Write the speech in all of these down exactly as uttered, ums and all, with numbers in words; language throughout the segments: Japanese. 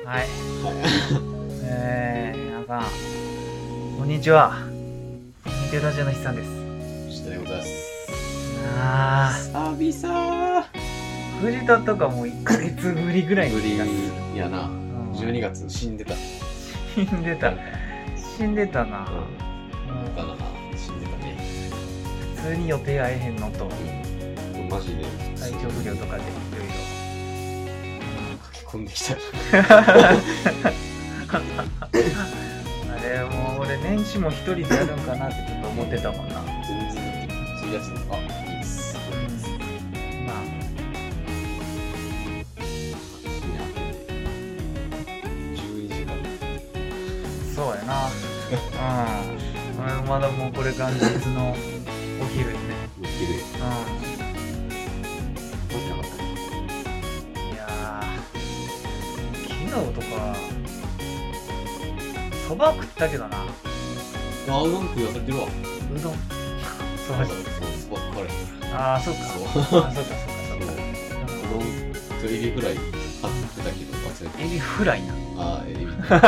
はい。えー、あかん。こんにちは。見てるラジオの筆さんです。 下でございます。 あー。久々。 藤田とかもういっかげつぶりぐらいの気がする。 ぶりやな。うん、じゅうにがつ死んでた。 死んでた。死んでたな。うん。 かな。死んでたね。 普通に予定合えへんのと。 うん、マジで。 体調不良とかでいろいろ。 駆け込んできた。 あれもう俺年始も一人でやるんかなってちょっと思ってたもんな。 全然だっていちがつのあいいっす。 うん、まあじゅうにじかん。 そうやな。うん。俺まだもうこれ元日のお昼ね。 お昼。うん。 いやー、昨日とかそば食ったけどな。 あ、うどん食い忘れてるわ。 うどん。 そば、そばカレー。 ああ、そっか。そう。あ、そっかそっかそっか。 うどんとエビフライ買ってたけど忘れてエビフライな。 あー、エ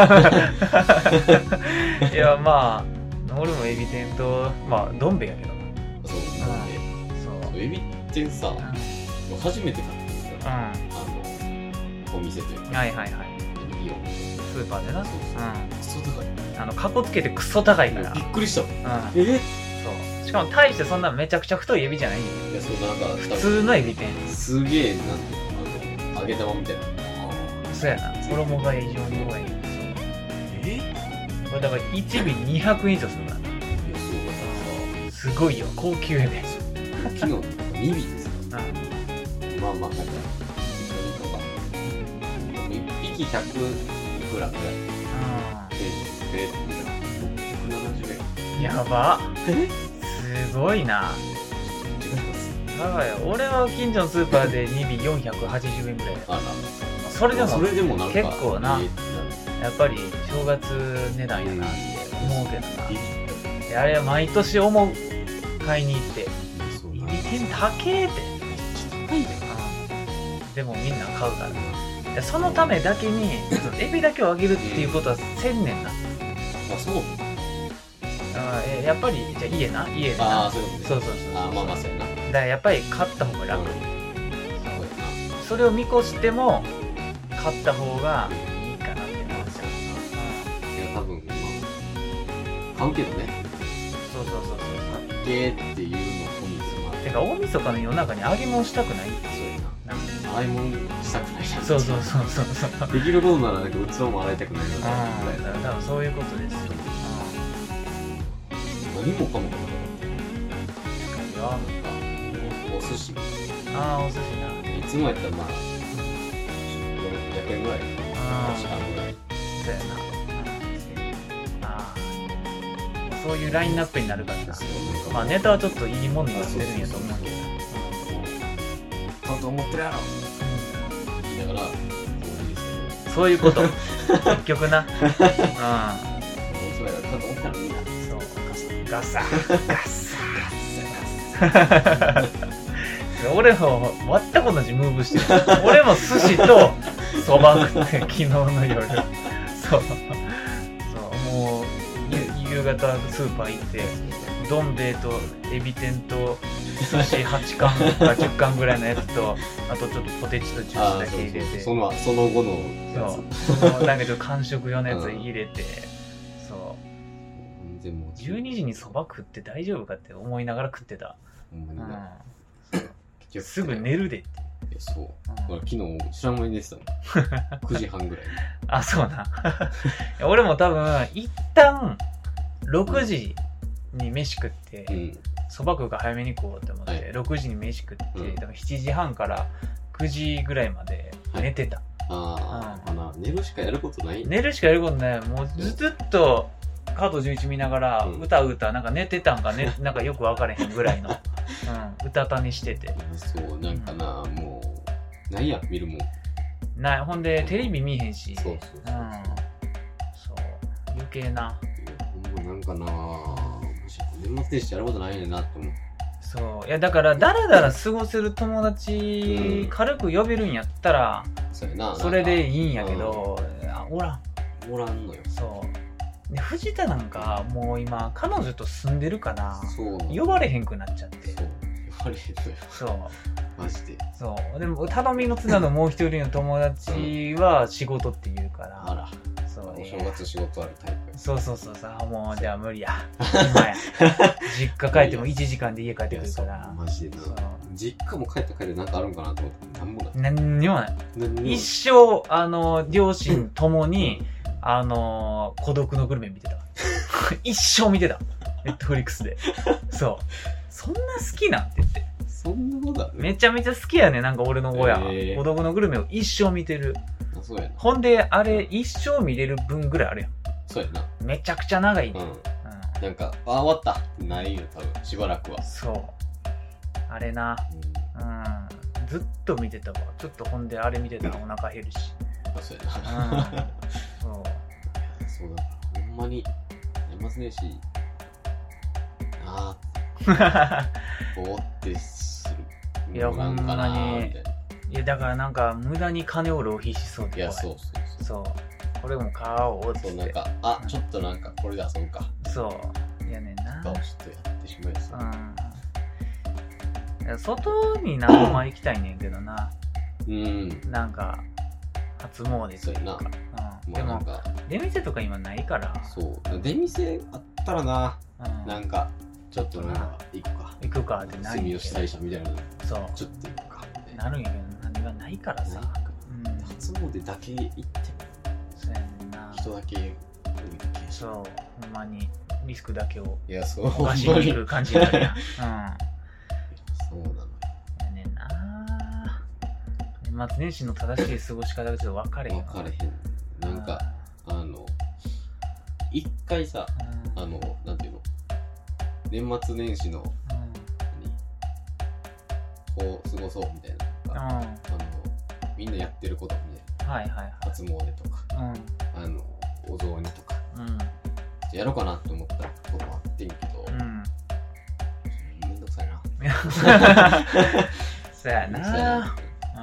ビ。いや、まあ俺もエビ天と、まあどん兵衛やけどな。 そう、どん兵衛。そう。エビ天さ、初めて買ったんだよ。あのお店というか。 はいはいはい。 いいよ。 スーパーでな。 そうそう。クソ高い。 あのカッコつけてクソ高いから。 びっくりした。うん。 え？そう。しかも大してそんなめちゃくちゃ太いエビじゃないんだよ。 いや、そうなんか普通のエビ天。 すげえなんていうの、あの揚げ玉みたいな。 そうやな。衣が異常に弱い。え？これだからいちびにひゃくえん以上するからな。いや、そうださ。すごいよ。高級やで。 昨日に尾ですよ。まあまあなんか一緒にとかいっぴきひゃくいくらぐらい。で、で、ろっぴゃくななじゅうえん。 やば。 え？ すごいな。 違います。 だから俺は近所のスーパーでにびよんひゃくはちじゅうえんぐらい。あら。それでもそれでもなんか結構な。やっぱり正月値段やなって思うけどな。あれは毎年思う。買いに行って。エビ天高えって。 高いね。 でもみんな買うから。そのためだけにエビだけをあげるっていうことはせんねんな。 あ、そう。 あえやっぱりじゃあ家な家でな。あそういうことね。 そうそうそう。 あまあまあそうやな。だからやっぱり買った方が楽。 うん、そうやな。それを見越しても買った方がいいかなって思うんですよ。 いや多分まあ買うけどね。 そうそうそうそう。 買ってっていうのを込みでまあ。 てか大晦日の夜中に揚げ物したくないって。 そうやな。洗い物したくないじゃん。 そうそうそうそうそう。 できることならなんか器も洗いたくないよな。だから多分そういうことですよ。 何もかもかな。 なんかお寿司。 ああお寿司な。 いつもやったらまあろっぴゃくえんぐらい。ああ。時間ぐらい。 そうやな。ああ。そういうラインナップになるからな。まあネタはちょっといいものになってるんやと思うけど。 買うと思ってるやろ。言いながらそういうこと。結局な。うん。 そうやろ。買うと思ったらいいな。そう。 ガサガサガサ。俺も全く同じムーブしてる。俺も寿司とそば食って昨日の夜。そう。そうもう夕方スーパー行ってどん兵衛とエビ天と寿司はちかんかじゅっかんぐらいのやつとあとちょっとポテチとジュースだけ入れてそのその後のそうなんかちょっと間食用のやつ入れて、うん、そうじゅうにじにそば食って大丈夫かって思いながら食ってた。ほんまにな、うん、すぐ寝るでって。 えそう、うん、昨日知らん間に寝てたのくじはんぐらい。 あそうな。俺も多分一旦ろくじに飯食ってそば、うん、食うか早めに食おうって思って、はい、ろくじに飯食って、うん、多分しちじはんからくじぐらいまで寝てた、 はい、ああ、うん、寝るしかやることない。 寝るしかやることない。もうずっと加藤純一見ながら、うん、歌歌なんか寝てたんかね、なんかよく分かれへんぐらいの、うん、歌たにしてて。 そうなんかな、うん、もうないや見るもんない。ほんでテレビ見えへんし。 そうそうそう、うん、 そう余計な。 ほんまなんかな、年末年始やることないねんなって思う。 そういやだからだらだら過ごせる友達、うん、軽く呼べるんやったら そ, それでいいんやけど、 おらんおらんのよ。 そうで藤田なんかもう今彼女と住んでるからそう呼ばれへんくなっちゃって。 そう呼ばれへんのよ。 そうマジで。 そうでも頼みの綱のもう一人の友達は仕事って言うから、 あら、 そうお正月仕事あるタイプ。 そうそうそうそう、もうじゃあ無理や今や実家帰ってもいちじかんで家帰ってくるから。 マジでな。実家も帰った帰ってなんかあるんかなと思って何もない。 何にもない。一生あの両親ともに、うん、あの孤独のグルメ見てた一生見てたネットフリックスで。そうそんな好きなんて言って。 そんなことある？ めちゃめちゃ好きやね、なんか俺の親は。 えー、 孤独のグルメを一生見てる。 あ、そうやな。 ほんで、あれ一生見れる分ぐらいあるやん。 そうやな。 めちゃくちゃ長いね。 うん。うん、なんか、あ、終わったってないよ、多分。しばらくは。 そう。あれな。うん。うん、ずっと見てたわ。ちょっとほんで、あれ見てたらお腹減るし。 あ、そうやな。うん。そう。そうだから、ほんまに、年末年始、ああ。ぼーってする。 いや、ほんまに。いや、だからなんか、無駄に金を浪費しそうで。 いや、そうそうそう。そう。これも買おうって。 そう、なんか、あ、ちょっとなんか、これで遊ぶか。 そう。いやねんな。 とかをちょっとやってしまいそう。 うん。外に何枚行きたいねんけどな。 うん。 なんか、初詣というか。うん。でも、出店とか今ないから。 そう。出店あったらな、なんか、ちょっとなんか行くか行くかってなる住吉大社みたいなのそうちょっと行くかってなるんやけど何がないからさ、 うん、初詣だけ行ってもそうやねんな人だけ多いだけそうほんまにリスクだけをいやそう犯しに行く感じになるやんうんそうなのよやねんな年末年始の正しい過ごし方がちょっと分かれへん分かれへんなんかあの一回さあのなんていうの年末年始の、うん、何こう過ごそうみたいな、うん、あのみんなやってることみたいな、 はいはいはい、 初詣とか、うん、あのお雑煮とか、うん、やろうかなって思ったこともあってんけど、うん、めんどくさいなそうやななんか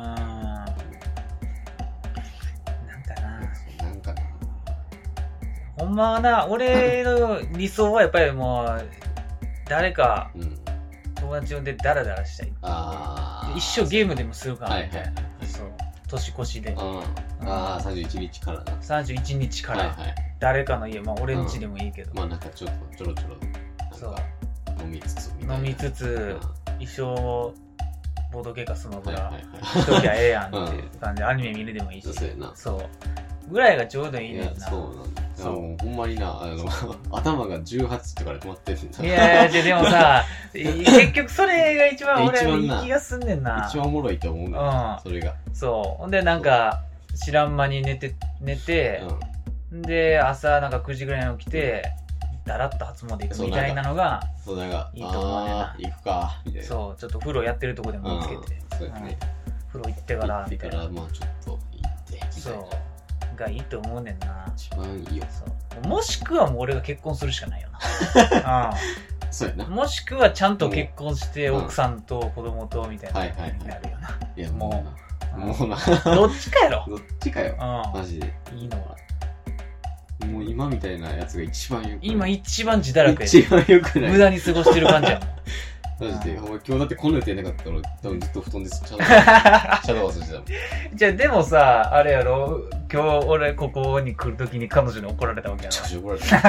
ななんかなほんまはな俺の理想はやっぱりもう誰か友達呼んでダラダラしたい、うん、一生ゲームでもするからみたいな、はいはいはい、そう年越しで、うん、 ああさんじゅういちにちからなさんじゅういちにちから誰かの家、まあ俺ん家でもいいけど、 うん、まあなんかちょっとちょろちょろなんか飲みつつみたいな飲みつつ、うん、一生ボードゲーかスマブラしときゃええやんっていう感じで、うん、アニメ見るでもいいしそうやなそうぐらいがちょうどいいねんな。 いやそうなんだ。そうほんまになあの頭がじゅうはちとかで止まってるんだ。 いやいやでもさ結局それが一番俺はいい気がすんねんな。 一番おもろいと思うんだよ、うん、それが。 そうほんでなんか知らん間に寝て寝て、うん、で朝なんかくじぐらいに起きて、うん、だらっと初詣行くみたいなのがそうなんかいいと思うねんな。 行くかみたいな。 そうちょっと風呂やってるとこでも見つけて、 うん、そうやね、 うん、風呂行ってから行ってからまあちょっと行ってみたいな。 そうがいいと思うねんな。 一番いいよ。 そうもしくはもう俺が結婚するしかないよな。 うん、そうやな。 もしくはちゃんと結婚して奥さんと子供とみたいなになるよな。 いやもうもうなどっちかやろ。 どっちかよ。マジで。 いいのは。 もう今みたいなやつが一番よくない。 今一番自堕落や。 一番よくない。 無駄に過ごしてる感じやもん。 マジで、お前今日だってこの予定なかったら俺多分ずっと布団でシャドウシャドウ忘れてたもん。 じゃあでもさ、あれやろ、今日俺ここに来るときに彼女に怒られたわけやろ。 めちゃくちゃ怒られた。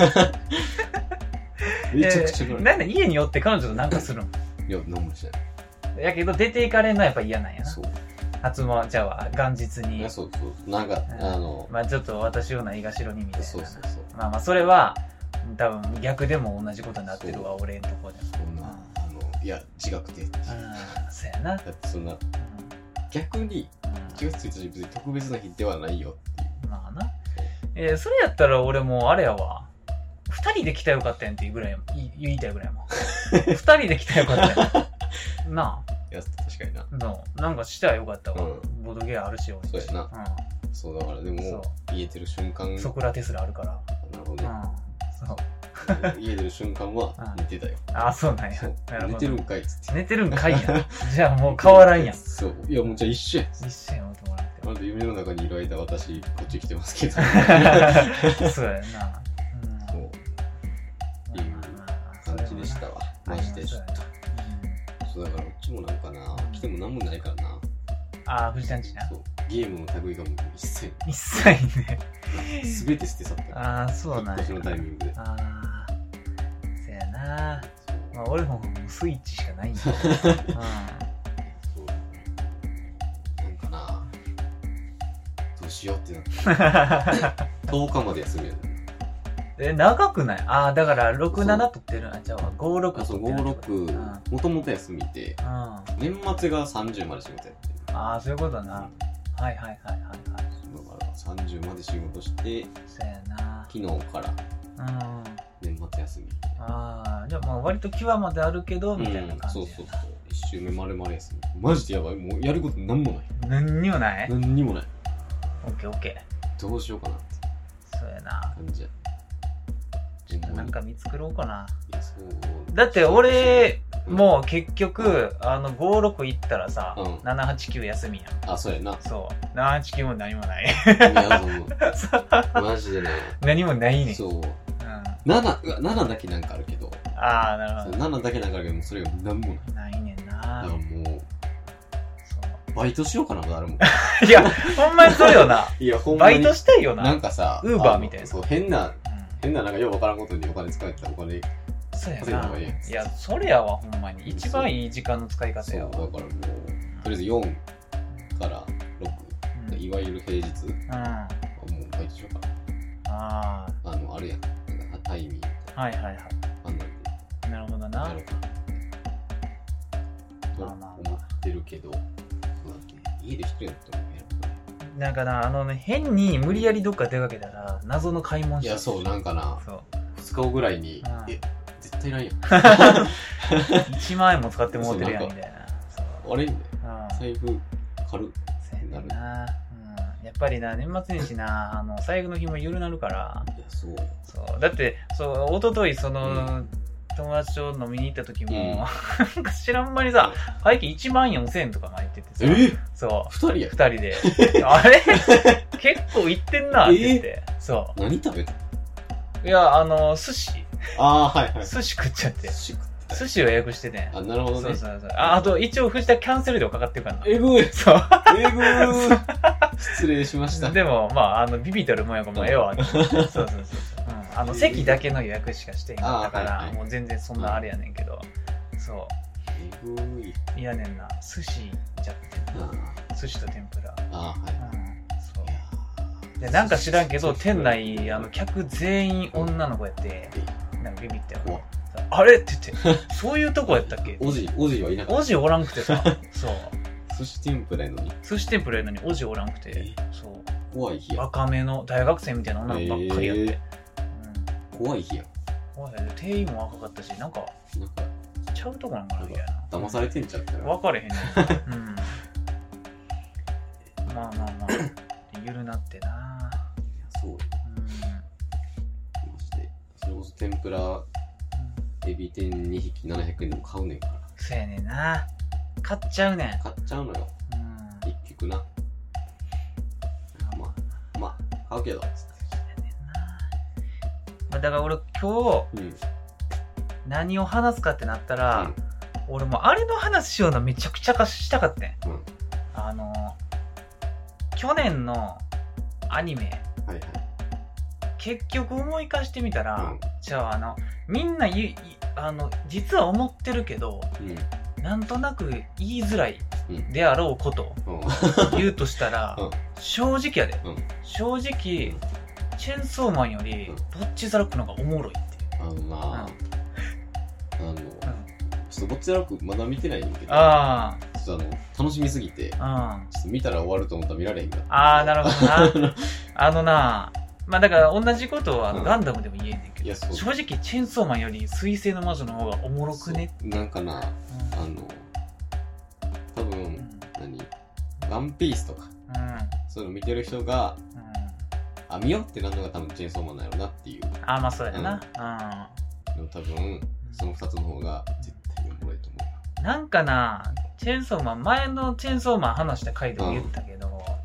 めちゃくちゃ怒られた。 なんで家に寄って彼女となんかするの？ いや、何もしない。 やけど出ていかれんのはやっぱ嫌なんやな。 そう。 初詣じゃあ元日に。 いや、そうそう。なんか、うん、あの。 まあちょっと私をないがしろにみたいな。 そうそうそう。 まあまあそれは、多分逆でも同じことになってるわ、俺んとこでも。 そんな、あの、いや、違くて。うん、 そうやな。 だってそんな、うん、逆に、いちがつついたち別に特別な日ではないよっていう。 まあな。えー、それやったら俺もあれやわ。二人で来たらよかったやんっていうぐらいやもん。言いたいぐらいやもん。二人で来たらよかったやん。なあ。 いや、確かにな。 そう。なんかしたらよかったわ。うん、ボードゲーあるし、俺。 そうやな。うん。そうだからでも、言えてる瞬間。 ソクラテスラあるから。 なるほどね。うん。そう。家出る瞬間は寝てたよ。 ああ、そうなんや。 寝てるんかいっつって。 寝てるんかいや。じゃあもう変わらんやん。 そう。いやもうじゃあ一緒や。 一緒やん、思ってもらって。 まだ夢の中にいる間私こっち来てますけどそうやな、うん、 そうっていう感じでしたわ。マジでちょっと、うん、そうだからこっちもなんかな来てもなんもないからな。 ああ藤田んちな。そうゲームの類がもう一切一切ね全て捨て去った。 ああそうなんや。 引っ越しのタイミングで。 ああそやな。まあ俺ももうスイッチしかないんだ。どうしようってなってとおかまで休みやね。 え長くない？ああだからろく、なな取ってるんじゃあご、ろく取ってる。あそうご、ろくもともと休みで、うん、年末がさんじゅうまで仕事やってる。ああそういうことな、うん、はいはいはいはいはい。 だからさんじゅうまで仕事してそうやな昨日から年末休み。 ああじゃあまあ割と際まであるけど、うん、みたいな感じやな。そうそうそういっ週目丸々休み。マジでやばい。もうやることなんもない。 何にもない？ 何にもない。 オッケーオッケー。どうしようかなって。 そうやな。 感じや。 ちょっとなんか見作ろうかな。 いやそうだって俺、うん、もう結局、うん、あのご、ろく行ったらさ、うん、なな、はち、きゅう休みやん。 あ、そうやな。 そう。なな、はち、きゅうも何もない。いや、そう。マジでね。 何もないねん。 そう。うん、なな、ななだけなんかあるけど。 ああ、なるほど。 ななだけなんかあるけど、それが何もない。ないねんな。だからもう。バイトしようかな、誰も。 いや、ほんまにそうよな。 いや、ほんまに。 バイトしたいよな。 なんかさ、 ウーバーみたいな。 そう、変な、うん、変な、なんかようわからんことにお金使えたらお金、 そうやな。いや、それやわ、ほんまに。一番いい時間の使い方やわ。 そう、だからもう、とりあえずよんからろく、うん、いわゆる平日、うん、もうバイトしようかな。ああ。あの、あるやん。なんか、タイミング。 はいはいはい。 あんなんで。 なるほどな。 やろうかな。と思ってるけど、家で一人やったらやるかな。なんかな、あのね、変に無理やりどっか出かけたら、謎の買い物して。 いや、そう、なんかな、そうふつかごぐらいに、うん、え、絶対ないやん。 いちまんえんも使ってもうてるやん、みたいな。 あれみたいな。財布、軽っ。 そうやな。うん。やっぱりな、年末年始な、あの、財布の紐緩なるから。 いや、そう。 そう。だって、そう、一昨日その、うん友達と飲みに行った時も、うん、なんか知らん間にさ、会計いちまんよんせんえんとか巻いててさ、 えそう。 ふたりやふたりで。あれ結構行ってんなって言って。そう。 何食べた？ いや、あの、寿司。 ああ、はいはい。 寿司食っちゃって。 寿司食って。 寿司を予約してね。 あ、なるほどね。 そうそうそう。あ、あと一応藤田キャンセル料かかってるからな。 えぐい。 そう。 えぐー。失礼しました。 でも、まあ、あの、ビビたるもんやからもうええわ。そうそうそう。あの席だけの予約しかしてへんかったから、はいはい、もう全然そんなあれやねんけど、うん、そう。いやねんな、寿司じゃってんな、寿司と天ぷら。 あ、はい。 うん、そう。で、なんか知らんけど、店内、あの、客全員女の子やって、なんかビビったよ。あれって言って、そういうとこやったっけ？ おじ、おじはいなかった。 おじおらんくてさ、そう。 寿司天ぷらやのに。 寿司天ぷらやのにおじおらんくて、そう。 怖い日や。 若めの大学生みたいな女の子ばっかりやって。えー怖い日や。 怖いやで、店員も若かったし、なんか、なんかちゃうとこなんかなみたいな。 騙されてんちゃったら。 分かれへんねん。うん。まあまあまあ、ゆるなってな。いや、そうよ。うん。マジで。それこそ天ぷら、うん、エビ天にひきななひゃくえんでも買うねんから。 そうやねんな。買っちゃうねん。 買っちゃうのよ。うん。一曲な。まあ、まあ、買うけど。 だから俺今日、うん、何を話すかってなったら、うん、俺もあれの話しようのめちゃくちゃしたかったん、うん、あの去年のアニメ、はいはい、結局思い返してみたら、うん、じゃああのみんなゆあの実は思ってるけど、うん、なんとなく言いづらいであろうことを言うとしたら、うん、正直やで、うん、正直チェンソーマンよりボッチザラックの方がおもろいっていう。 あのなぁ、うん、あの、うん、ちょっとボッチザラックまだ見てないんだけど、 あちょっとあの楽しみすぎて、ちょっと見たら終わると思ったら見られへんかった。 ああ、なるほどな。あのなぁ、まあだから同じことはあの、うん、ガンダムでも言えんねんけど、正直チェンソーマンより水星の魔女の方がおもろくね。 なんかな、うん、あの多分、うん、何ワンピースとか、うん、そういうの見てる人が、あ、見よってなるのが多分チェーンソーマンなんやろなっていう。 あ、まあそうやな。 うん。でも多分、その二つの方が絶対におもろいと思う。 なんかな、チェーンソーマン、前のチェーンソーマン話した回でも言ったけど、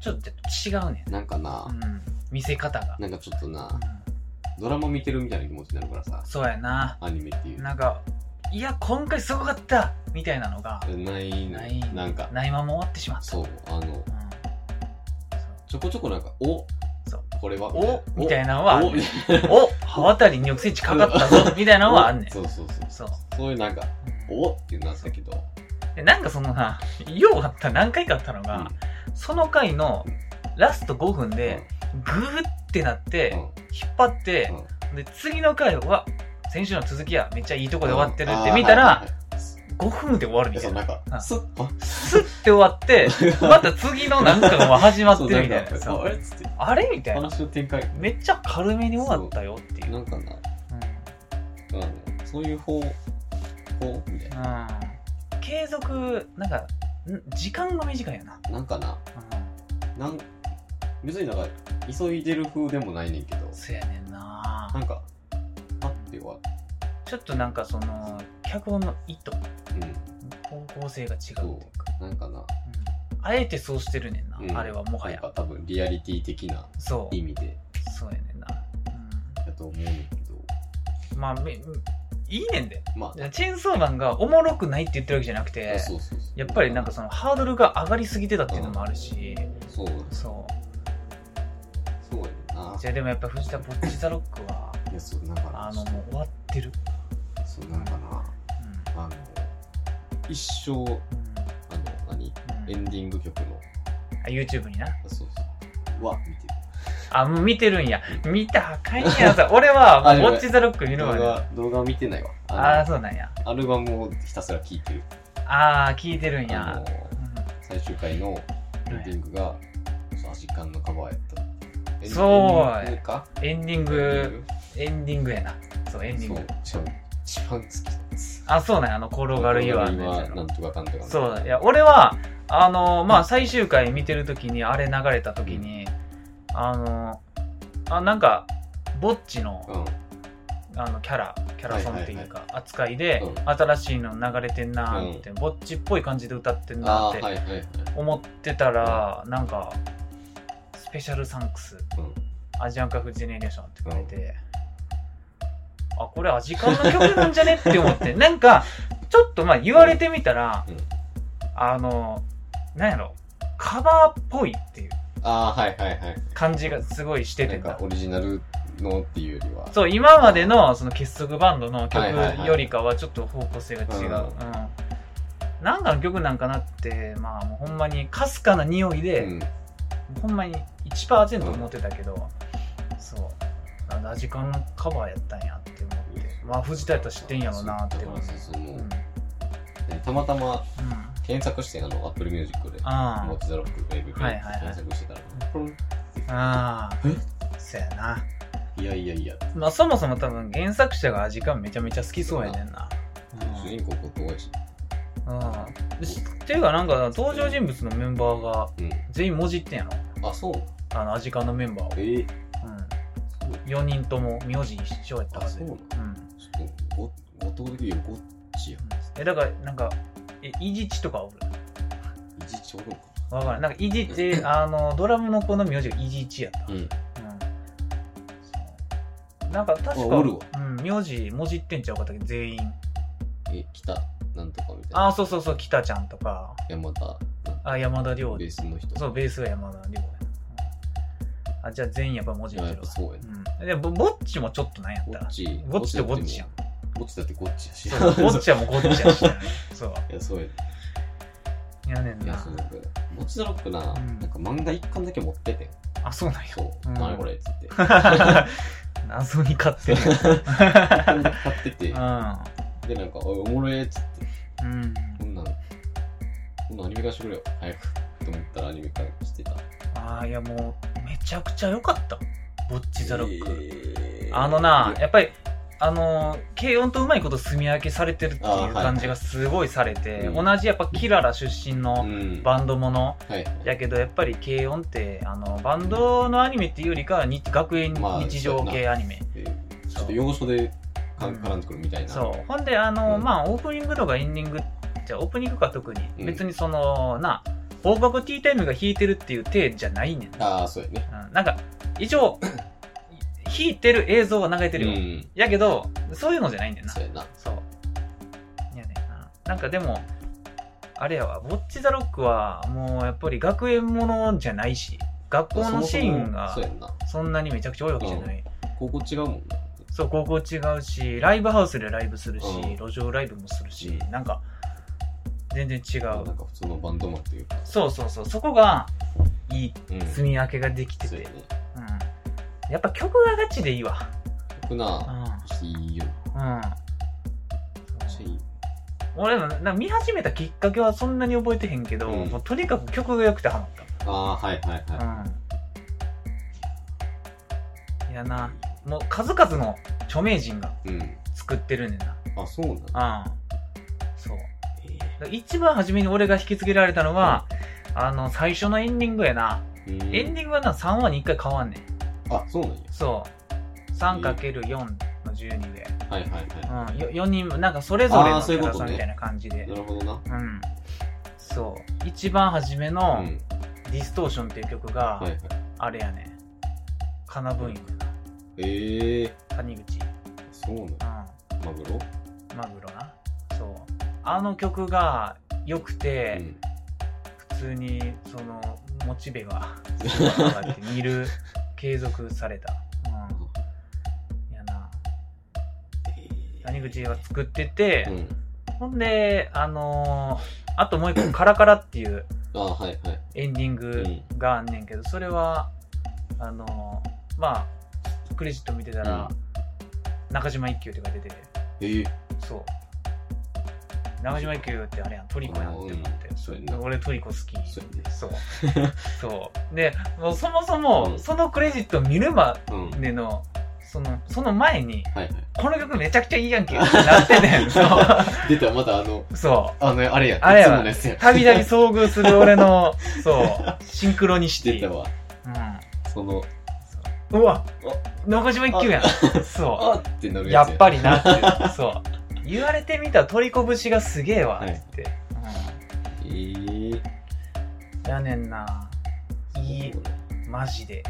ちょっと違うねん。 なんかな、 うん、見せ方が。 なんかちょっとな、うん、ドラマ見てるみたいな気持ちになるからさ。 そうやな。 アニメっていう。 なんか、いや、今回すごかったみたいなのが。 ない、ない、なんか。 ないまま終わってしまった。 そう、あの、うん、ちょこちょこなんか、おそうこれはおみたいなのはある。お刃渡りによくセンチかかったぞみたいなのはあんねん。 そうそうそう。 そう。 そういうなんか、おっていうのあったけど。 でなんかそのな、ようあった、何回かあったのが、うん、その回のラストごふんで、グーってなって、うん、引っ張って、うん、で、次の回は、先週の続きや、めっちゃいいとこで終わってるって見たら、ごふんで終わるみたいな。 なんか、スッ、 スッって終わって、また次のなんかが始まってるみたいな。 あれっつって。 あれみたいな。 話の展開。 めっちゃ軽めに終わったよっていう。 なんかな、うん。うん。そういう方、方みたいな。 うん。継続、なんか、時間が短いよな。 なんかな、うん、なん、別になんか、急いでる風でもないねんけど。 そうやねんな。 なんか、パッて終わる。 ちょっとなんかその、脚本の意図、うん、方向性が違うっていうか。 なんかな、うん、 あえてそうしてるねんな、うん、あれはもはや。 なんか多分リアリティ的な意味で。 そう。そうやねんな。 うん。だと思うんだけど。 まあ、め、いいねんで。まあ、チェーンソーマンがおもろくないって言ってるわけじゃなくて、 そうそうそう、 やっぱりなんかそのハードルが上がりすぎてたっていうのもあるし、 うん、そう。 そう。 そうやな。 じゃあでもやっぱ藤田ポッチザロックは、 いや、そう、なんかあの、もう終わってる。 そう、なんかな、うん、あの、一生、うん、あの、何、うん、エンディング曲の。 あ、YouTube にな。 そうそう。は、見てる。 あ、もう見てるんや。見たらあかんやんさ。俺は、ウォッチザロック見るわね。 動画、動画は見てないわ。 ああ、そうなんや。 アルバムをひたすら聴いてる。 ああ、聴いてるんや。あのーうん、 最終回のエンディングが、アジカンのカバーやった。 そうエンディングかエンディング、エンディングやな。そう、エンディング。 そう、一番好きです。 あ、そうなんや。あの、転がる岩のやつ。 なんとかかんとか。 そうだ。いや、俺は、あの、まあ、最終回見てるときに、あれ流れたときに、うん、あの、あ、なんか、ぼっちの、うん、あの、キャラ、キャラソンっていうか、扱いで、うん、新しいの流れてんなーって、うん、ぼっちっぽい感じで歌ってんなーって思ってたら、なんか、スペシャルサンクス、うん、アジアンカフジェネレーションって書いて、うん、あ、これアジカンの曲なんじゃねって思って、なんか、ちょっとまあ言われてみたら、うん、あの、なんやろ、カバーっぽいっていう感じがすごいしててんだ。 なんかオリジナルのっていうよりは。 そう、今までのその結束バンドの曲よりかはちょっと方向性が違う。うんうん、なんかの曲なんかなって、まあもうほんまにかすかな匂いで、うん、ほんまに いちパーセント 思ってたけど、うん、そう、ラジカンのカバーやったんやって思って、まあ藤田やったら知ってんやろなって思って。 うん、たまたま、うん、検索してあの Apple Music で「モチザロックウェーブ」検索してたら「 ああえそうやな。 いやいやいや、 まあそもそも多分原作者がアジカンめちゃめちゃ好きそうやねんな。 主人公こと多いし。 うん。っていうかなんか登場人物のメンバーが全員文字ってんやろ。 あ、そう。 あのアジカンのメンバーを。ええ。うん。よにんとも名字一緒やったはず。 そうなの。うん。ちょっとご後藤で言うごっちや。 えだからなんかえイジチとかおる。 イジチおるか。 わからん。なんかイジチあのドラムの子の名字がイジチやった。うん。なんか確か、 おるわ。 うん、名字文字ってんちゃうかったけど全員。 え、北なんとかみたいな。 ああ、そうそうそう、北ちゃんとか。 山田。 あ、山田亮。 ベースの人。 そう、ベースが山田亮や。あ、じゃあ全員やっぱ文字ってるわ。 そうやね。 うん。で、ぼっちもちょっとなんやったら。 ぼっち。 ぼっちとぼっちやん。 ぼっちだってごっちやし。 ぼっちはもうごっちやし。そう。 いや、そうやね。 やねんな。 いや、そうだけど。ぼっちザロックな、なんか漫画一巻だけ持ってて。 あ、そうなんや。 そう。何これっつって。 謎に買ってる買ってて、うん、でなんかおもろえっつって、うん、こんなんこんなんアニメ化してくれよ早くと思ったらアニメ化してた。 ああ、いやもうめちゃくちゃ良かったぼっちザロック、えー、あのなやっぱりあの軽音とうまいこと住み分けされてるっていう感じがすごいされて、はいはい、同じやっぱキララ出身のバンドもの、うんはい、やけどやっぱり軽音ってあのバンドのアニメっていうよりかは学園日常系アニメ、まあえー、ちょっと要所で絡んでくるみたいな、 うん、そうほんであの、うん、まあオープニングとかエンディングじゃオープニングか特に、うん、別にそのな放課後ティータイムが弾いてるっていう体じゃないねんな。 ああ、そうやね。 うん、なんか、一応、弾いてる映像は流れてるよ。うん、やけど、そういうのじゃないんだよな。 そうやな。 そう。いやねんな。なんかでも、あれやわ、ボッチザロックは、もうやっぱり学園ものじゃないし、学校のシーンが、そんなにめちゃくちゃ多いわけじゃない。 高校違うもんね。 そう、高校違うし、ライブハウスでライブするし、うん、路上ライブもするし、うん、なんか、全然違う。 なんか普通のバンドマンっていうか。 そうそうそう、そこが、いい、積み分けができてて。うん。ね、うん、やっぱ曲がガチでいいわ。 曲な、うん、いいよ。うん。めっちゃいい。 俺もなんか見始めたきっかけはそんなに覚えてへんけど、うん、もうとにかく曲が良くてハマった。 ああ、はいはいはい。うん。いやな、もう数々の著名人が作ってるねんな。 うん、あ、そうなんだ。 うん。そう。一番初めに俺が引き継げられたのは、うん、あの、最初のエンディングやな。エンディングはな、さんわにいっかい変わんねん。 あ、そうなんや。 そう。さんかけるよん のじゅうにで。 はいはいはい。 うん、よよにん、なんかそれぞれのキャラさんみたいな感じで。 なるほどな。 うん。そう。一番初めの、ディストーションっていう曲が、うん、はいはい、あれやね。カナブーンやな。 えー。 谷口。 そうなんや。うん。マグロマグロな。そう。あの曲が良くて、うん、普通にそのモチベが上がって見る継続された。うん。やな。谷口が作ってて、うん、ほんであのー、あともう一個カラカラっていうエンディングがあんねんけど、それはあのー、まあクレジット見てたら、うん、中島一休って書いてて、えー、そう。中島一休ってあれやん、トリコやんって思って、うん、俺トリコ好き。そうそうそうでもうそもそも、うん、そのクレジット見るまでの、うん、そのその前に、はいはい、この曲めちゃくちゃいいやんけってなってねそう出たまたあのそうあのあれやあれやたびたび遭遇する俺のそうシンクロニシティ出たわ、うん、そのうわ中島一休やんそうあってなるやつ や, やっぱりなってそう言われてみたらトリコ節がすげえわって、はいうん、えー、やねんないいマジで、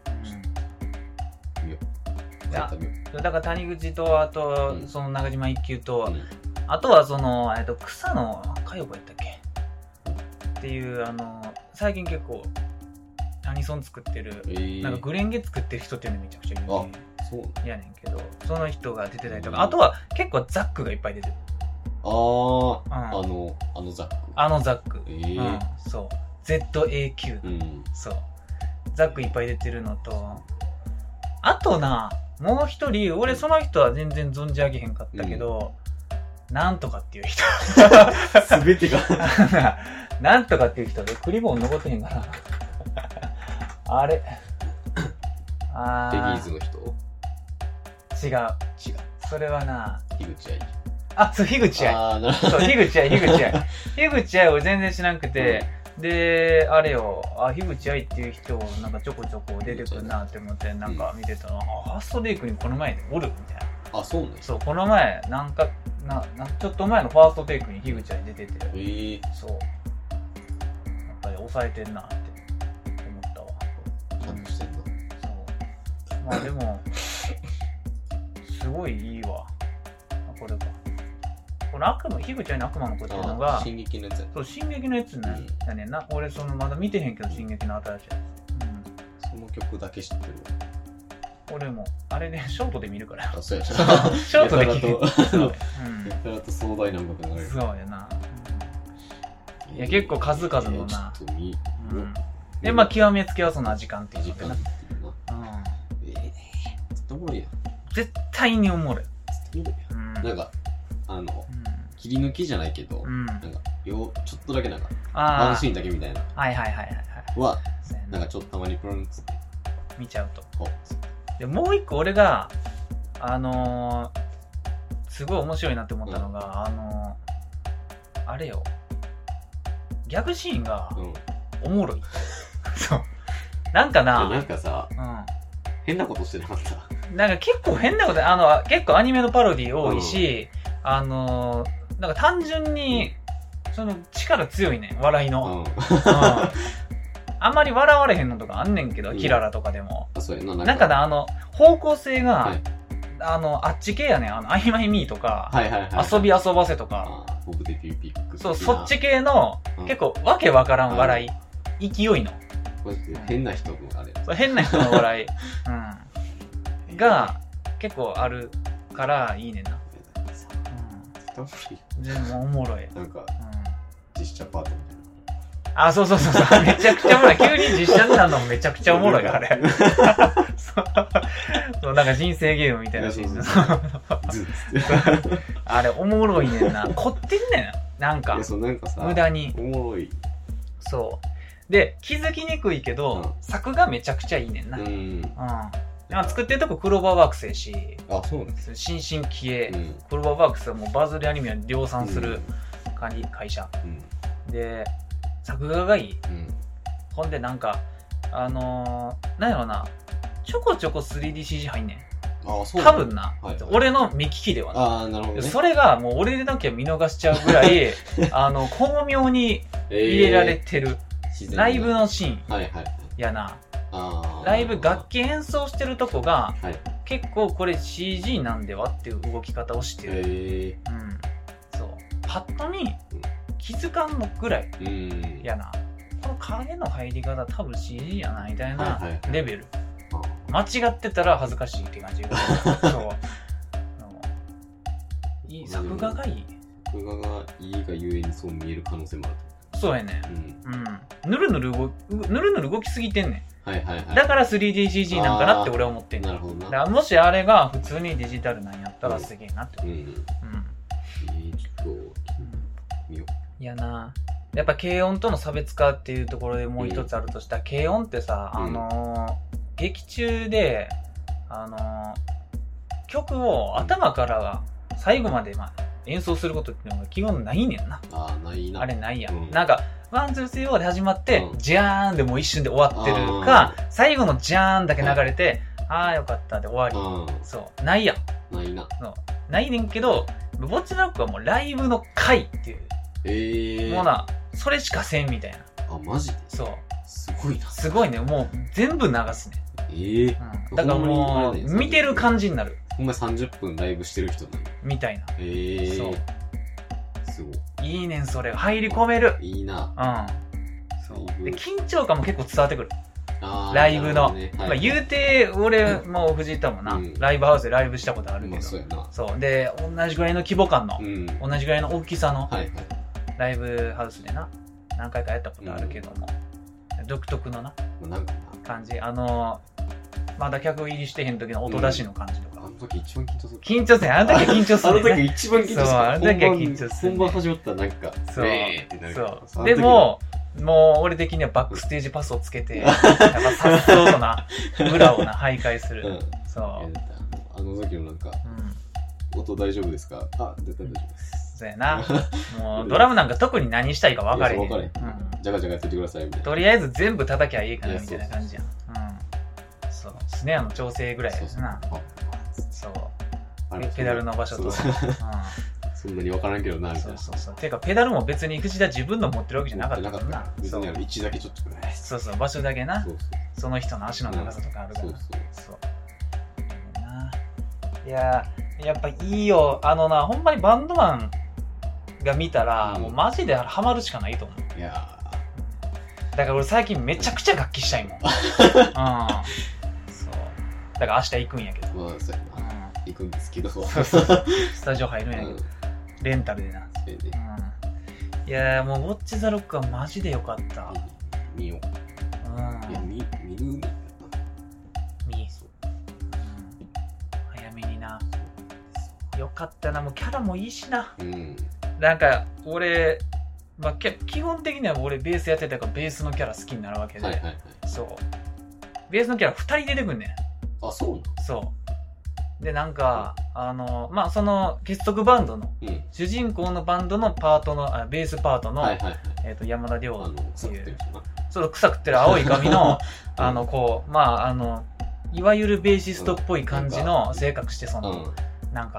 うん、いやだから谷口とあと、うん、その中島一休と、うん、あとはそのえっと草野佳代子やったっけ、うん、っていうあの最近結構アニソン作ってる、えー、なんかグレンゲ作ってる人っていうのめちゃくちゃいるねそうやねんけど、その人が出てたりとか、うん、あとは結構ザックがいっぱい出てる。 あー、うん、あのあのザックあのザック、えーうん、そう ゼットエーキュー、うん、そうザックいっぱい出てるのと、あとなもう一人俺その人は全然存じ上げへんかったけど、うん、なんとかっていう人全てがなんとかっていう人でクリボーン残ってへんかなあれあベギーズの人違う違うそれはな樋口愛あそう樋口愛あなるほどそう樋口愛樋口愛樋口愛俺全然知らなくて、うん、であれよあ樋口愛っていう人なんかちょこちょこ出てくるなって思ってなんか見てたら、うん、あファーストデイクにこの前でおるみたいなあそうねそうこの前なんかななちょっと前のファーストテイクに樋口愛出ててえー、 そうやっぱり抑えてんなって思ったわちゃんとしてんなそうまあでもすごいいいわこれかこの悪魔樋口愛の悪魔の子っていうのが進撃のやつそう進撃のやつね、うん、やねんな俺そのまだ見てへんけど進撃の新しいやつ、うん、その曲だけ知ってる俺もあれねショートで見るからあそうやショートで聞くそうやたらと壮大な音楽流れるそうやな、うん、いや結構数々のな、 えー、ちょっと見、うん、 でまあ極めつけはその時間っていう時間っていうな、うん、ええー、絶対おもろいやん絶対におもろい絶対おもろいやん、うん、なんかあの、うん、切り抜きじゃないけど、うん、なんかよちょっとだけなんかワンシーンだけみたいなはいはいはいはいはなんかちょっとたまにプロンツって見ちゃうとでもう一個俺があのー、すごい面白いなって思ったのが、うん、あのー、あれよギャグシーンがおもろい、うん、そうなんかななんかさ、うん、変なことしてなかったなんか結構変なことあの結構アニメのパロディ多いし、うん、あのー、なんか単純にその力強いねん、笑いの。 うん。 あんまり笑われへんのとかあんねんけど、うん、キララとかでも。 あ、そうやな。 なんかな、あの、方向性が、 はい、 あの、あっち系やねん。あの、アイマイミーとか、 はいはいはいはい、 遊び遊ばせとか、 あボブデピューピック。 そう、そっち系の、うん、結構、わけわからん笑い、勢いの。 変な人のあれ。 そう、変な人の笑い、うん、が、結構あるから、いいねんな。 うん。 でもおもろい。 なんか、うん、実写パートみたいな。 あ、そうそうそうそう。めちゃくちゃおもろい。急に実写になるのもめちゃくちゃおもろいあれ。そうそう、なんか人生ゲームみたいなシーン。あれおもろいねんな。凝ってんねん。なんか。 そうなんかさ、 無駄に。 おもろい。 そう。で、気づきにくいけど、うん、作がめちゃくちゃいいねんな。うん。うん。作ってるとこクローバーワークスやし、 あ、そうなんです。 新進気鋭、うん、クローバーワークスはもうバズりアニメを量産する会社。うん、で、作画がいい、うん、ほんでなんかあのー、なんやろな、ちょこちょこ スリーディーシージー 入んねん。 ああ、そう多分な、はいはい、俺の目利きではな。 ああ、なるほど、ね、 それがもう俺でなきゃ見逃しちゃうぐらいあの巧妙に入れられてる、えー、ライブのシーンやな、はいはいはい、あライブ楽器演奏してるとこが、はい、結構これ シージー なんではっていう動き方をしてる、えーうん、そうパッと見、うん気づかんのぐらいやな。この影の入り方多分 シージー やなみたいなレベル、はいはい、間違ってたら恥ずかしいって感じそういい作画がいい作画がいいがゆえにそう見える可能性もある。 そうやね、うんうん、ぬるぬる動ぬるぬる動きすぎてんねん、 はいはいはい、 だから スリーディーシージー なんかなって俺は思ってんねん。 なるほどな。 だからもしあれが普通にデジタルなんやったらすげえなって思う、うんうんうん、 えー、ちょっと見よう。 いやな、やっぱ軽音との差別化っていうところでもう一つあるとしたら、うん、軽音ってさ、あのー、劇中で、あのー、曲を頭から最後まで、まあ、演奏することっていうのが基本ないねんな。 あー、ないな。 あれないやん。 うん、 なんか、ワン、ツー、スリー、フォーで始まって、うん、ジャーンでもう一瞬で終わってるか、最後のジャーンだけ流れて、はい、あーよかったで終わり。そう。ないやん。 ないな。 そうないねんけど、ボッチザロックはもうライブの回っていう。 えー、 もうな、それしかせんみたいな。 あ、マジで？ そう。 すごいな。 すごいね。もう全部流すね。 えー、 うん、だからもう、見てる感じになる。 ほんまさんじゅっぷんライブしてる人なのみたいな。 えー、そう。 すごい。いいねん、それ。入り込める。 いいな。 うん。そう。で、緊張感も結構伝わってくる。 あライブの。 ねはい、 まあ、言うて、俺も藤井ともな、うん、ライブハウスでライブしたことあるけど。まあ、 そうやな。 そう。で、同じぐらいの規模感の、うん、同じぐらいの大きさの、 はいはい、 ライブハウスでな、何回かやったことあるけども、うん、独特のな、 なんかな感じ。あのー、まだ客入りしてへん時の音出しの感じとか。 うん、あの時一番緊張する。 緊張する。あの時緊張する、 ね。あの時一番緊張する。 そう、あの時は緊張する、ね。 本番始まったらなんか、 そう。 えーってなる。 そう。でも、もう俺的にはバックステージパスをつけて、やっぱさっそうとな、裏をな、徘徊する。うん、そう。 あの時のなんか、うん、音大丈夫ですか？あ、絶対大丈夫です。 そうやな。もうドラムなんか特に何したいか分かれへん。 分かれへん。うん、じゃがじゃがやっててくださいみたいな。 とりあえず全部叩きゃいいかなみたいな感じやん。うん。そう。スネアの調整ぐらいやな。そう。ペダルの場所と。 そんなに分からんけどなみたいな。 そうそうそう。てかペダルも別に藤田自分の持ってるわけじゃなかったからな。 別にあの位置だけちょっとくらい。 そうそう、場所だけな。そうそう。その人の足の長さとかあるから。そうそうそう。いやー、やっぱいいよ。あのな、ほんまにバンドマンが見たら、うん、もうマジでハマるしかないと思う。 いやー。だから俺最近めちゃくちゃ楽器したいもん。うん。そう。だから明日行くんやけど。 まあ、そうやな。うん、行くんですけど。そうそうそうスタジオ入るんやけど。うん、レンタルでな。うん、いやー、もうウォッチザロックはマジでよかった。 見よう。うん。いや、見、見る見よかったな。もうキャラもいいしな、 うん、 なんか俺、まあ、基本的には俺ベースやってたからベースのキャラ好きになるわけで、 はいはいはい、 そうベースのキャラふたり出てくんねん。 あ、そうなの？ そうで、なんか、うん、あのまあその結束バンドの、うん、主人公のバンドのパートのあベースパートの、はいはいはい、えー、と山田亮っていうそう草食ってる青い髪のあのこうまああのいわゆるベーシストっぽい感じの性格してその、うん、なんか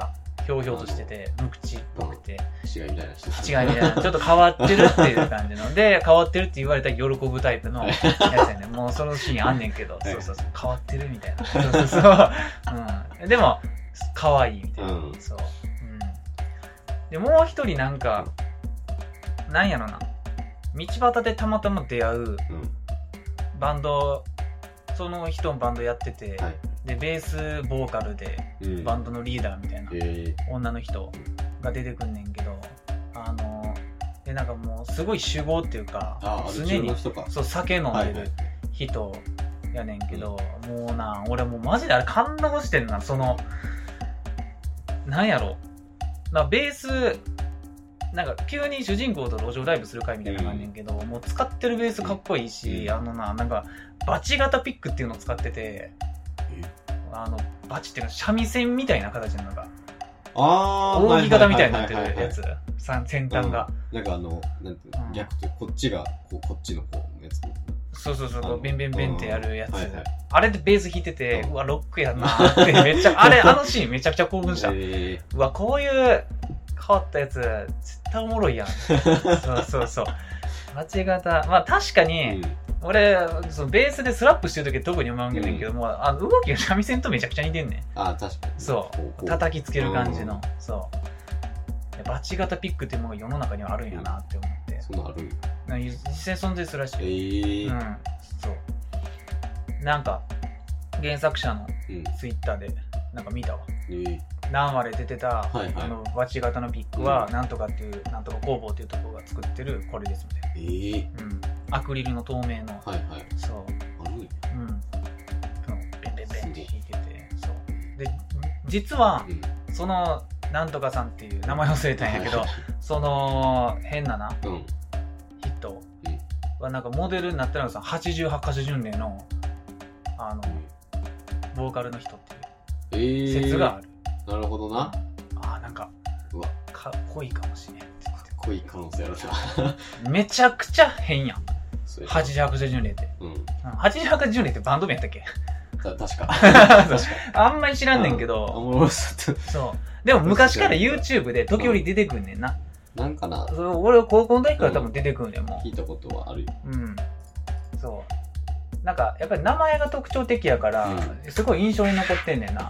ひょうひょうとしてて無口っぽくて、 違いみたいな人違いみたいなちょっと変わってるっていう感じので変わってるって言われたら喜ぶタイプのやつやねもうそのシーンあんねんけど、そうそうそう変わってるみたいな、そうそうそう、うん、でも可愛いみたいな、うん、そう、うん、でもう一人なんか、うん、なんやろな、道端でたまたま出会う、うん、バンド、その人のバンドやってて、はい、でベースボーカルで、うん、バンドのリーダーみたいな、えー、女の人が出てくんねんけど、あのでなんかもうすごい酒豪っていうか、常にそう酒飲んでる人やねんけど、はいはい、もうな俺もうマジであれ感動してんな、そのなんやろな、ベースなんか急に主人公と路上ライブする回みたいなのがあんねんけど、うん、もう使ってるベースかっこいいし、うん、あのななんかバチ型ピックっていうのを使ってて、あのバチっていうのは三味線みたいな形のなんかあ扇形みたいになってるやつ、先端が、 うん、なんかあのなんていうの、うん、逆とこっちがここっちの方のやつ、 そうそうそうベンベンベンってやるやつ、はいはい、あれでベース弾いてて、うん、うわロックやなーってめっちゃあれあのシーンめちゃくちゃ興奮した、えー、うわこういう変わったやつ絶対おもろいやんそうそうそうバチ型、まあ確かに、うん、俺そのベースでスラップしてる時は特に思うんねんけど、うん、もうあの動きが三味線とめちゃくちゃ似てんねん。 あ確かにそう叩きつける感じの、うん、そうバチ型ピックっていうものが世の中にはあるんやなって思って、 そんなあるん実際存在するらしい、 えー、 うんそうなんか原作者のツイッターでなんか見たわ、 うんえー何話で出てた、はいはい、あのバチ型のピックは、うん、なんとかっていうなんとか工房っていうところが作ってるこれですみたいな、 えーうん、アクリルの透明の、 はいはい、 そうあるんや、 うん、ベンベンベンって弾いてて、そうで実は、うん、そのなんとかさんっていう名前忘れたんやけど、はい、その変なな、うん、ヒットはなんかモデルになってるのがはちじゅうはちかしょ巡礼のあの、うん、ボーカルの人っていう説がある、 えーなるほどな。 あーなんかうわか濃いかもしれんって言って濃い可能性あるなめちゃくちゃ変やんはちじゅうはちかしょ巡礼って、うん、はちじゅうはちかしょ巡礼ってバンド名やったっけた確か確かあんまり知らんねんけど、 うん、 そうでも昔から YouTube で時折出てくんねんな、 うん、なんかなそ俺は高校の時から多分出てくんねんもう聞いたことはあるよ、 うんそうなんかやっぱり名前が特徴的やから、うん、すごい印象に残ってんねんな、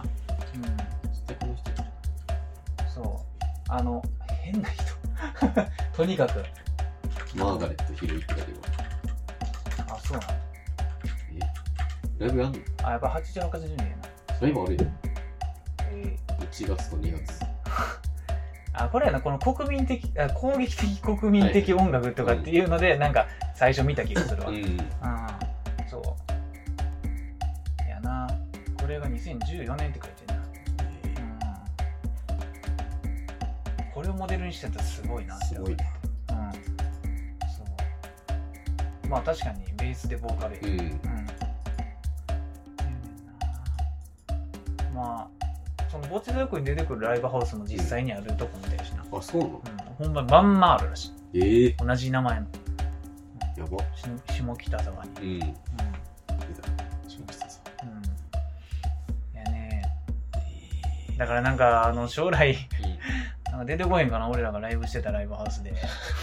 あの変な人とにかくマーガレットヒロイって誰はあそうなのえライブやんのあやっぱはちじゅうはちかしょ巡礼やなライブあるよえー、いちがつとにがつあこれやなこの国民的あ攻撃的国民的音楽とかっていうので、はい、なんか最初見た気がするわ、うん、あそうやなこれがにせんじゅうよねんって書いてるな、これをモデルにしてたらすごいなってすごいな、 うん、そうまあ確かにベースでボーカルや、うんうん、まあそのボチザヨクに出てくるライブハウスも実際にあるとこみたいだしな、 うん、あそうなの、 うん、ほんままんまあるらしい、 えー、 同じ名前の、 うん、やば下北沢に、 うん、うん、出た下北沢、 うん、いやね、えー、だからなんかあの将来、うんなんか出てこへんかな俺らがライブしてたライブハウスで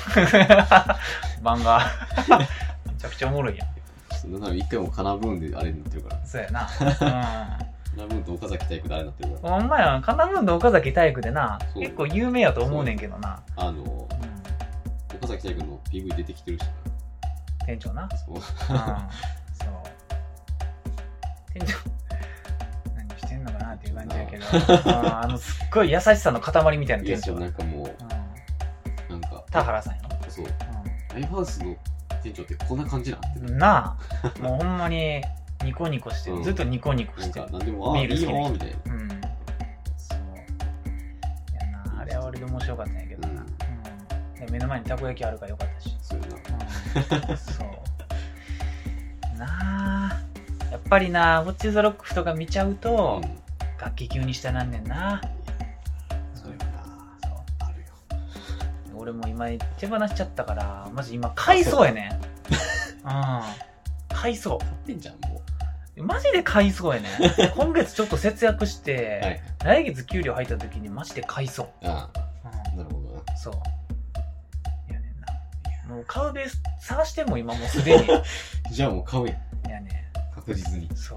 漫画めちゃくちゃおもろいやんそんなの一回もカナブーンであれになってるからそうやな、うん、 カナブーンと岡崎体育であれになってるからほんまやカナブーンと岡崎体育でな結構有名やと思うねんけどなあの、うん、岡崎体育の ピーブイ 出てきてるし店長なそう、うん、 そう店長してんのかなっていう感じやけどあ, あのすっごい優しさの塊みたいな店長なんかもう、うん、なんか田原さんやろそう、うん、ライブハウスの店長ってこんな感じなんてなあもうほんまにニコニコしてる、うん、ずっとニコニコしてるなんか何でもあいいよみたいなうんそういやなあれはあれで面白かったんやけどな、うんうん、目の前にたこ焼きあるからよかったしそうやな、 うん、そうなあやっぱりな、ボッチザロックとか見ちゃうと、うん、楽器急にしたなんねんな。 そうよな。そうあるよ。 俺も今手放しちゃったから、マジ今買いそうやねん。うん。買いそう。 買ってんじゃんもマジで買いそうやね今月ちょっと節約して、はい、来月給料入った時にマジで買いそう。 ああ、うん、なるほどな。 そういやねんな。もう買うベース探しても今もうすでにじゃあもう買うやん。 いやね、 確実に。 そう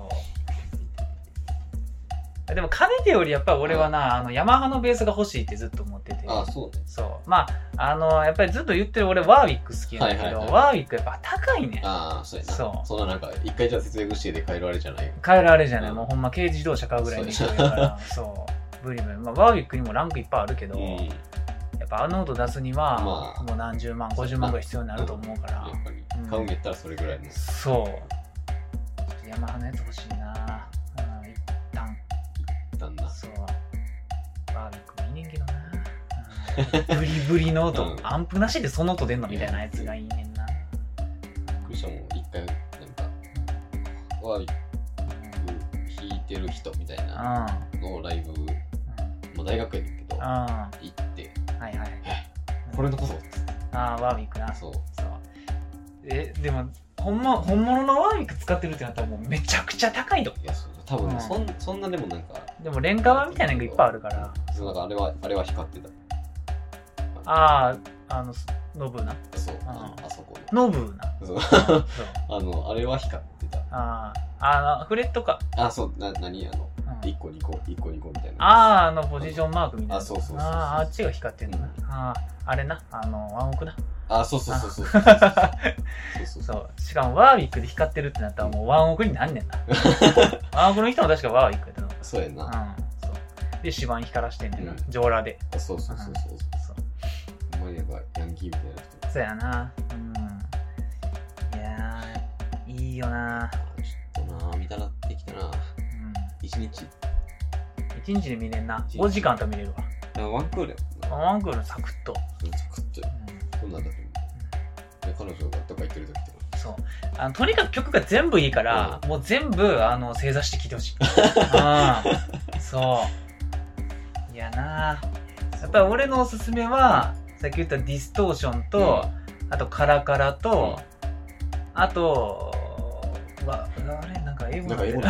でもかねてよりやっぱり俺はな、あのヤマハのベースが欲しいってずっと思ってて。 ああ、そうね。 そうまああのやっぱりずっと言ってる俺ワーウィック好きなんだけど、はいはいはい、ワーウィックやっぱ高いね。 ああ、そうやな。 そう。 そんななんか一回じゃあ節約してで買えるあれじゃないよ。 買えるあれじゃない、うん、もうほんま軽自動車買うぐらいの勢いだからそう無理無理。まあワーウィックにもランクいっぱいあるけど、うん、やっぱあの音出すには、まあ、もう何十万ごじゅうまんぐらい必要になると思うから、 やっぱり買うんやったらそれぐらいの、うん、 そうヤマハのやつ欲しいな、うん、一旦一旦な。 そうワーウィックもいいねんけどな、うん、ブリブリの音、うん、アンプなしでその音出んのみたいなやつがいいねんな。 クリスチャンも一回なんかワーウィック弾いてる人みたいなのライブ、うん、まあ大学やねんけど、うん、行ってはいはい、 これのことああワーウィックな。 そうそうえでもほんま本物のワーウィック使ってるってなったらもうめちゃくちゃ高いと。 いやそう多分、ねうん、そんそんなでもなんかでも廉価版みたいなのがいっぱいあるから。 そうなんかあれはあれは光ってた。 あああのノブーな。 そうあ, あそこノブーな。 そうあのあれは光ってた。 あああのフレットか。 あそうな何あの、うん、いっこにこいっこにこみたいな。 あああのポジションマークみたいな。 あそうそうそうそう。 あああっちが光ってんのな。うん、ああれなあのワンオクな。 あそうそうそうそうそうそうそうしかもワーウィックで光ってるってなったらもうワンオクになんねんなワンオクの人も確かワーウィックやったの。 そうやな、 うん、そうで指板光らしてんねんな、うん、上裸で。 あそうそうそうそうそうお前やばいヤンキーみたいな人。 そうやなうんいやーいいよな。 ちょっとな見たなってきたな。うん一日一日で見れんな。ごじかんと見れるわ。 ワンクールやもんな。ワンクールサクッとサクッとそんなんだと思う、うん、彼女がとか言ってる時ってそうあのとにかく曲が全部いいから、うん、もう全部あの正座して聴いてほしいうんそういやなやっぱり俺のおすすめはさっき言ったディストーションと、うん、あとカラカラと、うん、あとわあれなんか英語なんか英語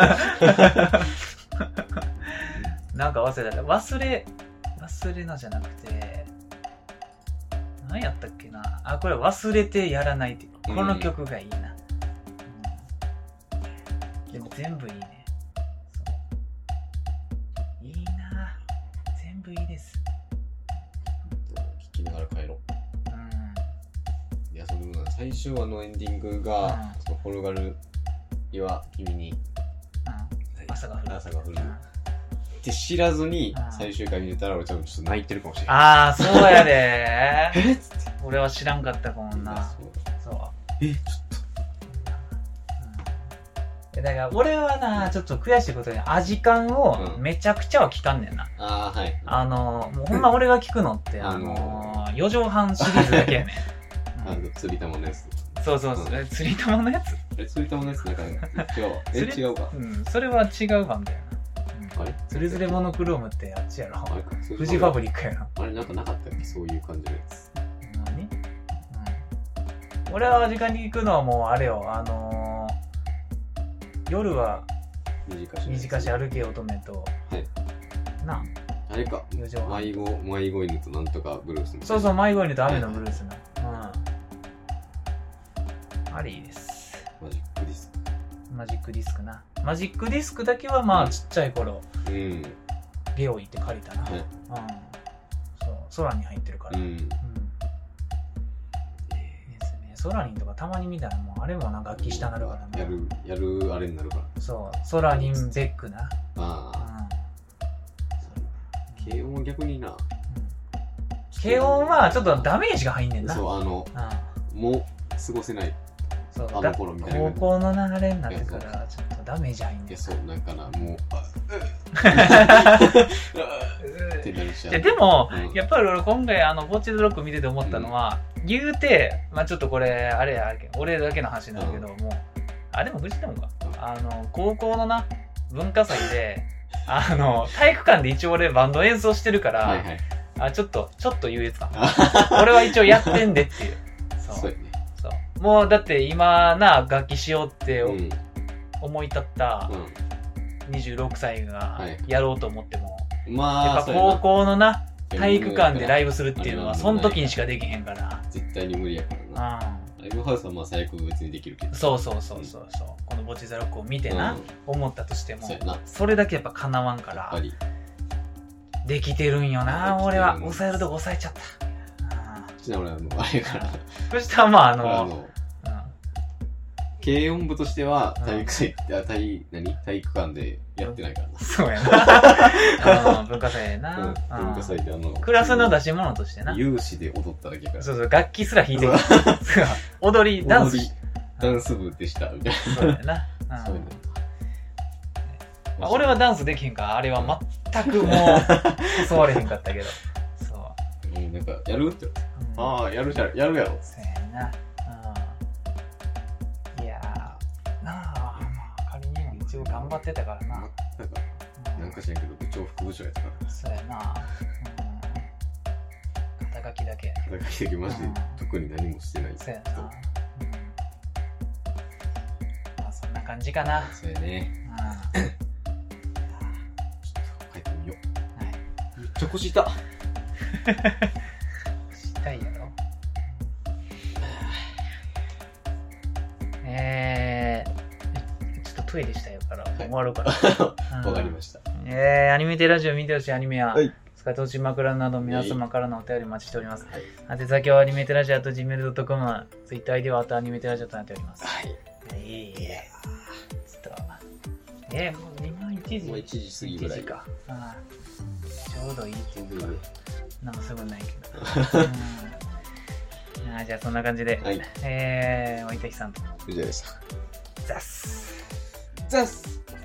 なんか忘れた忘れ忘れなじゃなくて何やったっけなあこれ忘れてやらないってこの曲がいいな、うん、でも全部いいねそういいな全部いいです聴きながら帰ろう、うん、いやそれも最初あのエンディングが、うん、その転がる岩は君に、 うん、朝が降る朝が降る、うんって知らずに最終回見れたら俺多分ちょっと泣いてるかもしれない。 ああそうやでえっつって俺は知らんかったこんなそうそうえちょっと、うん、だから俺はなちょっと悔しいことにアジカンをめちゃくちゃは聞かんねんな、 うん、ああはいあのもうほんま俺が聞くのってあのよじはんシリーズだけやねんあの釣り玉のやつそうそうそう、うん、釣り玉のやつえ釣り玉のやつなんか違うえ違うかうんそれは違う版だよなあれつれづれモノクロームってあっちやろフジファブリックやろあれなんかなかったっけそういう感じのやつ何、うん、俺は時間に行くのはもうあれよあのー、夜は短し歩け乙女とはいなあれか迷子迷子犬となんとかブルースそうそう迷子犬と雨のブルースな、はい、うん、あれいいですマジックディスクマジックディスクなマジックディスクだけはまあちっちゃい頃、うん、ゲオ行って借りたな、はい、うん、そう空に入ってるから、うんうん、ですね空にとかたまに見たらもうあれもなんか楽器下なるからな、 やるやるあれになるからそう空にベックなああ、うん、軽音は逆にな、うん、 軽音はちょっとダメージが入んねんなそうあの、うん、もう過ごせないそうあの頃みたいな高校の流れになってからちょっとダメージ入んねん。 いやそうなんかなもうってなるしでも、うん、やっぱり俺今回あのボッチドロック見てて思ったのは、うん、言うてまあちょっとこれあれや俺だけの話なんだけど、うん、もうあでも藤田もか、うん、あの高校のな文化祭であの体育館で一応俺バンド演奏してるから、はいはい、あちょっとちょっと優越感俺は一応やってんでっていうそうそうやねそうもうだって今な楽器しようって、うん、 思い立ったにじゅうろくさいがやろうと思っても、 まあ、 やっぱ高校のな体育館でライブするっていうのはその時にしかできへんから、 絶対に無理やからな。ライブハウスはまあ最悪別にできるけど、 そうそうそうそうそう、このボチザロックを見てな、思ったとしてもそれだけやっぱかなわんから、できてるんよな。俺は抑えるとこ抑えちゃった。 そしたら俺はもうあれからそしたらまああの軽音部としては体育祭って体何体育館でやってないからな。 そうやな。文化祭やな。 文化祭であのクラスの出し物としてな。 有志で踊っただけから。 そうそう、楽器すら弾いてる。踊りダンスダンス部でしたみたいな。 そうやな。そうやね。俺はダンスできへんからあれは全くもう誘われへんかったけど。そう。 なんかやるって。ああやるじゃやるやろ。 そうやな。一応頑張ってたからな。 なんか、なんかしないけど部長副部長やったから。 そうやな。肩書きだけ。 肩書きだけマジで特に何もしてない。 そうやな。まあそんな感じかな。 そうやね。ちょっと書いてみよう。はい。めっちゃ腰痛。 痛いやろ。えー。トイレしたよから終わろうかな。 わかりました。 えー、アニメテラジオ見てほしいアニメや使ってほしい枕など皆様からのお便りお待ちしております。宛先はアニメテラジオ アットジーメールドットコム、ツイッター アイディー はあとアニメテラジオとなっております。はい。いいえ。ちょっと、えー、もう今いちじ。 もういちじ過ぎぐらいか。あちょうどいいっていうか、なんかすぐないけど。あじゃあそんな感じで、えー、おいたひさんと。 藤田でした。 ザス。 ザス